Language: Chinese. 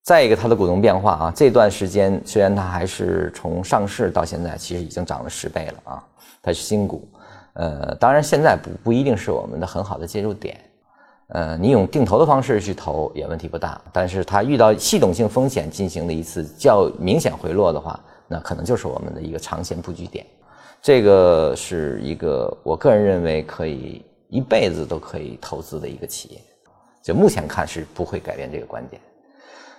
再一个，它的股东变化啊，这段时间虽然它还是从上市到现在，其实已经涨了10倍了啊，它是新股。当然现在不一定是我们的很好的介入点。你用定投的方式去投也问题不大，但是它遇到系统性风险进行了一次较明显回落的话，那可能就是我们的一个长线布局点。这个是一个我个人认为可以一辈子都可以投资的一个企业，就目前看是不会改变这个观点。